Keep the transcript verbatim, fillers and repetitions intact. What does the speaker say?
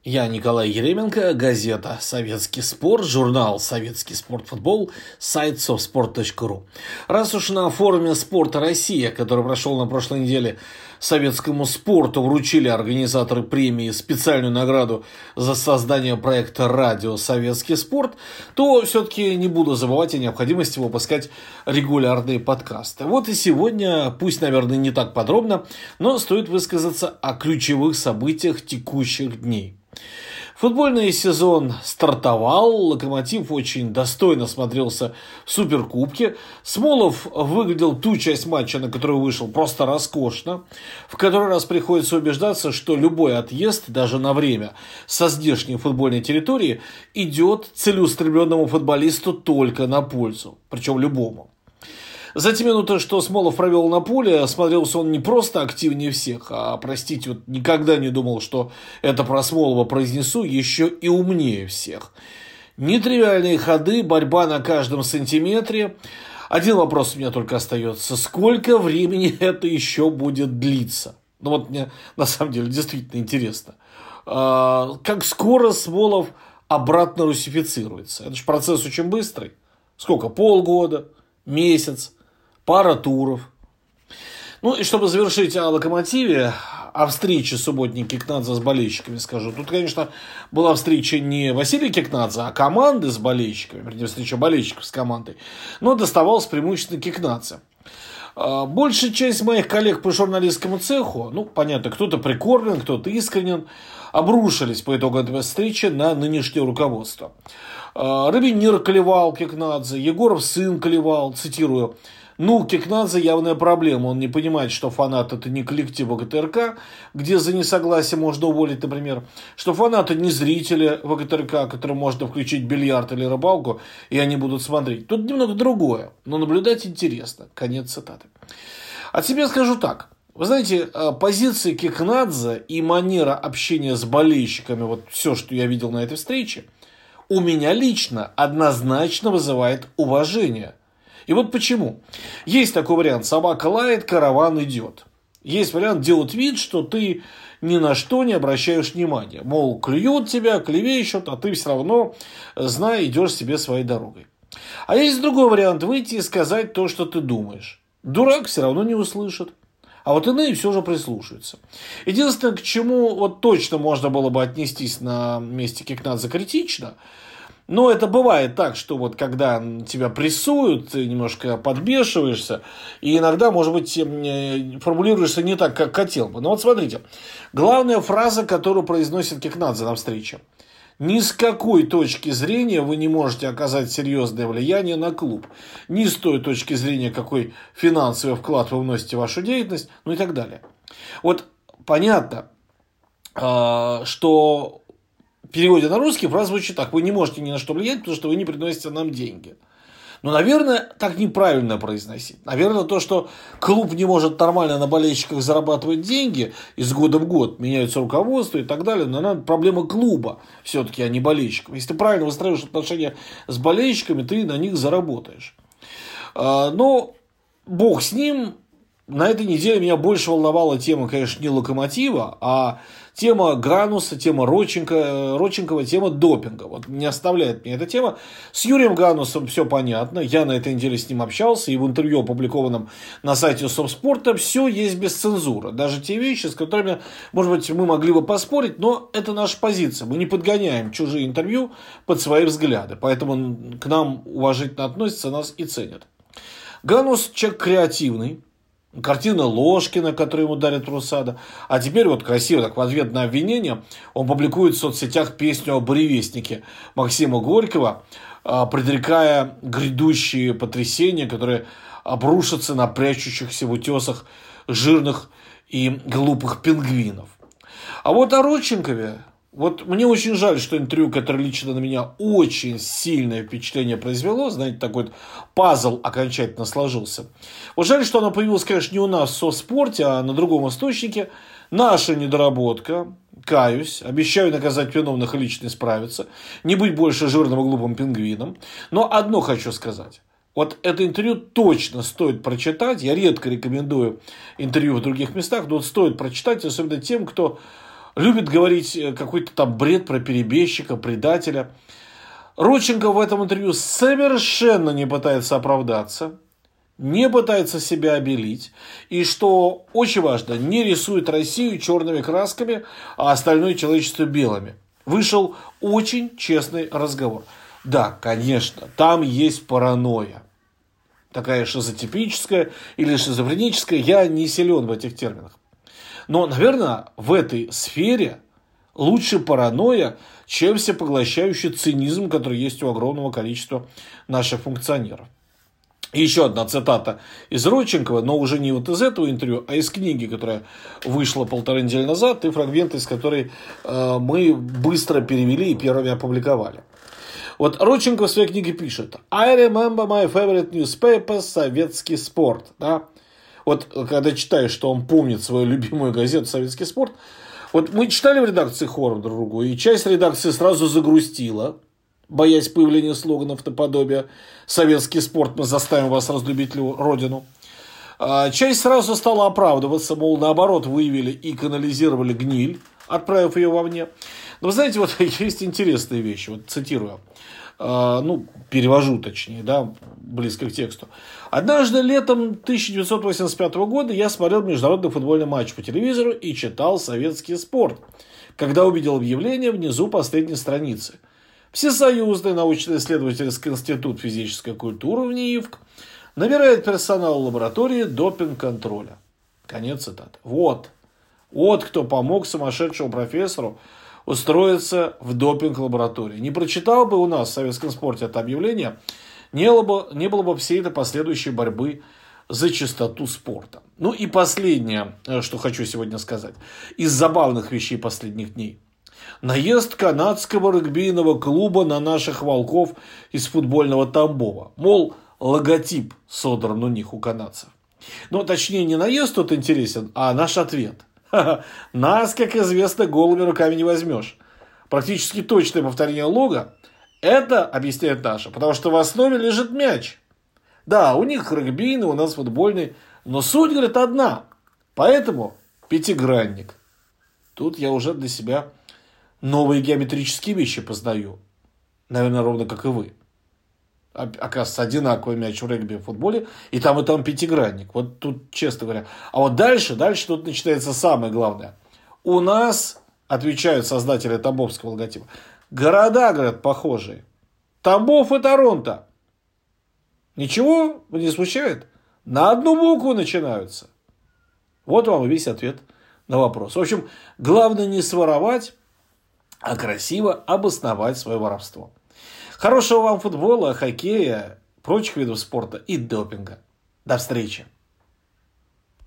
Я Николай Еременко, газета «Советский спорт», журнал «Советский спорт-футбол», сайт софтспорт точка ру. Раз уж на форуме «Спорта Россия», который прошел на прошлой неделе, советскому спорту вручили организаторы премии специальную награду за создание проекта «Радио Советский спорт», то все-таки не буду забывать о необходимости выпускать регулярные подкасты. Вот и сегодня, пусть, наверное, не так подробно, но стоит высказаться о ключевых событиях текущих дней. Футбольный сезон стартовал, Локомотив очень достойно смотрелся в Суперкубке. Смолов выглядел ту часть матча, на которую вышел, просто роскошно. В который раз приходится убеждаться, что любой отъезд, даже на время, со здешней футбольной территории идет целеустремленному футболисту только на пользу, причем любому. За те минуты, что Смолов провел на поле, смотрелся он не просто активнее всех, а, простите, вот никогда не думал, что это про Смолова произнесу, еще и умнее всех. Нетривиальные ходы, борьба на каждом сантиметре. Один вопрос у меня только остается. Сколько времени это еще будет длиться? Ну вот мне на самом деле действительно интересно. А, как скоро Смолов обратно русифицируется? Это же процесс очень быстрый. Сколько? Полгода? Месяц? Пара туров. Ну и чтобы завершить о Локомотиве, о встрече субботней Кикнадзе с болельщиками скажу. Тут, конечно, была встреча не Василия Кикнадзе, а команды с болельщиками, вернее, встреча болельщиков с командой, но доставалось преимущественно Кикнадзе. Большая часть моих коллег по журналистскому цеху, ну, понятно, кто-то прикормлен, кто-то искренен, обрушились по итогу этой встречи на нынешнее руководство. Рыбинир клевал Кикнадзе, Егоров сын клевал, цитирую: «Ну, Кикнадзе явная проблема. Он не понимает, что фанат – это не коллектив ВГТРК, где за несогласие можно уволить, например. Что фанаты не зрители ВГТРК, которым можно включить бильярд или рыбалку, и они будут смотреть. Тут немного другое, но наблюдать интересно». Конец цитаты. От себя скажу так. Вы знаете, позиции Кикнадзе и манера общения с болельщиками, вот все, что я видел на этой встрече, у меня лично однозначно вызывает уважение. И вот почему. Есть такой вариант: собака лает, караван идет. Есть вариант делать вид, что ты ни на что не обращаешь внимания. Мол, клюют тебя, клевещут, а ты все равно, знай, идешь себе своей дорогой. А есть другой вариант: выйти и сказать то, что ты думаешь. Дурак все равно не услышит. А вот иные все же прислушаются. Единственное, к чему вот точно можно было бы отнестись на месте Кикнадзе критично, но это бывает так, что вот когда тебя прессуют, ты немножко подбешиваешься, и иногда, может быть, формулируешься не так, как хотел бы. Но вот смотрите, главная фраза, которую произносит Кикнадзе на встрече: «Ни с какой точки зрения вы не можете оказать серьезное влияние на клуб. Ни с той точки зрения, какой финансовый вклад вы вносите в вашу деятельность», ну и так далее. Вот понятно, что в переводе на русский фраза звучит так: «Вы не можете ни на что влиять, потому что вы не приносите нам деньги». Но, наверное, так неправильно произносить. Наверное, то, что клуб не может нормально на болельщиках зарабатывать деньги из года в год, меняются руководство и так далее, но это проблема клуба все-таки, а не болельщиков. Если ты правильно выстраиваешь отношения с болельщиками, ты на них заработаешь. Но бог с ним. На этой неделе меня больше волновала тема, конечно, не Локомотива, а тема Гануса, тема Родченко, Родченкова, тема допинга. Вот не оставляет меня эта тема. С Юрием Ганусом все понятно. Я на этой неделе с ним общался, и в интервью, опубликованном на сайте Совспорта, все есть без цензуры. Даже те вещи, с которыми, может быть, мы могли бы поспорить, но это наша позиция. Мы не подгоняем чужие интервью под свои взгляды. Поэтому к нам уважительно относятся, нас и ценят. Ганус человек креативный. Картина Ложкина, которую ему дарит Русада. А теперь вот красиво, так в ответ на обвинение, он публикует в соцсетях песню о буревестнике Максима Горького, предрекая грядущие потрясения, которые обрушатся на прячущихся в утесах жирных и глупых пингвинов. А вот о Родченкове. Вот мне очень жаль, что интервью, которое лично на меня очень сильное впечатление произвело, знаете, такой вот пазл окончательно сложился. Вот жаль, что оно появилось, конечно, не у нас в Совспорте, а на другом источнике. Наша недоработка, каюсь, обещаю наказать виновных и лично исправиться, не быть больше жирным и глупым пингвином. Но одно хочу сказать. Вот это интервью точно стоит прочитать. Я редко рекомендую интервью в других местах, но вот стоит прочитать, особенно тем, кто любит говорить какой-то там бред про перебежчика, предателя. Родченко в этом интервью совершенно не пытается оправдаться, не пытается себя обелить. И что очень важно, не рисует Россию черными красками, а остальное человечество белыми. Вышел очень честный разговор. Да, конечно, там есть паранойя. Такая шизотипическая или шизофреническая. Я не силен в этих терминах. Но, наверное, в этой сфере лучше паранойя, чем всепоглощающий цинизм, который есть у огромного количества наших функционеров. И еще одна цитата из Родченкова, но уже не вот из этого интервью, а из книги, которая вышла полторы недели назад, и фрагменты из которой э, мы быстро перевели и первыми опубликовали. Вот Родченков в своей книге пишет: I remember my favorite newspaper, советский спорт. Да? Вот когда читаешь, что он помнит свою любимую газету «Советский спорт», вот мы читали в редакции хором друг другу, и часть редакции сразу загрустила, боясь появления слоганов наподобие «Советский спорт, мы заставим вас разлюбить родину». А часть сразу стала оправдываться, мол, наоборот, выявили и канализировали гниль, отправив ее вовне. Но вы знаете, вот есть интересные вещи, вот цитирую, а, ну, перевожу точнее, да, близко к тексту. Однажды летом тысяча девятьсот восемьдесят пятого года я смотрел международный футбольный матч по телевизору и читал «Советский спорт», когда увидел объявление внизу последней страницы. Всесоюзный научно-исследовательский институт физической культуры в НИИФК набирает персонал лаборатории допинг-контроля. Конец цитаты. Вот. Вот кто помог сумасшедшему профессору устроиться в допинг-лаборатории. Не прочитал бы у нас в советском спорте это объявление, не было бы, не было бы всей этой последующей борьбы за чистоту спорта. Ну и последнее, что хочу сегодня сказать. Из забавных вещей последних дней. Наезд канадского регбийного клуба на наших волков из футбольного Тамбова. Мол, логотип содран у них, у канадцев. Ну, точнее, не наезд тут интересен, а наш ответ. Нас, как известно, голыми руками не возьмешь. Практически точное повторение лого. Это, объясняет Наша, потому что в основе лежит мяч. Да, у них регбийный, у нас футбольный, но суть, говорит, одна. Поэтому пятигранник. Тут я уже для себя новые геометрические вещи познаю. Наверное, ровно как и вы. Оказывается, одинаковый мяч в регби и в футболе, и там, и там пятигранник. Вот тут, честно говоря. А вот дальше, дальше тут начинается самое главное. У нас, отвечают создатели тамбовского логотипа, города, говорят, похожие. Тамбов и Торонто. Ничего не смущает? На одну букву начинаются. Вот вам и весь ответ на вопрос. В общем, главное не своровать, а красиво обосновать свое воровство. Хорошего вам футбола, хоккея, прочих видов спорта и допинга. До встречи.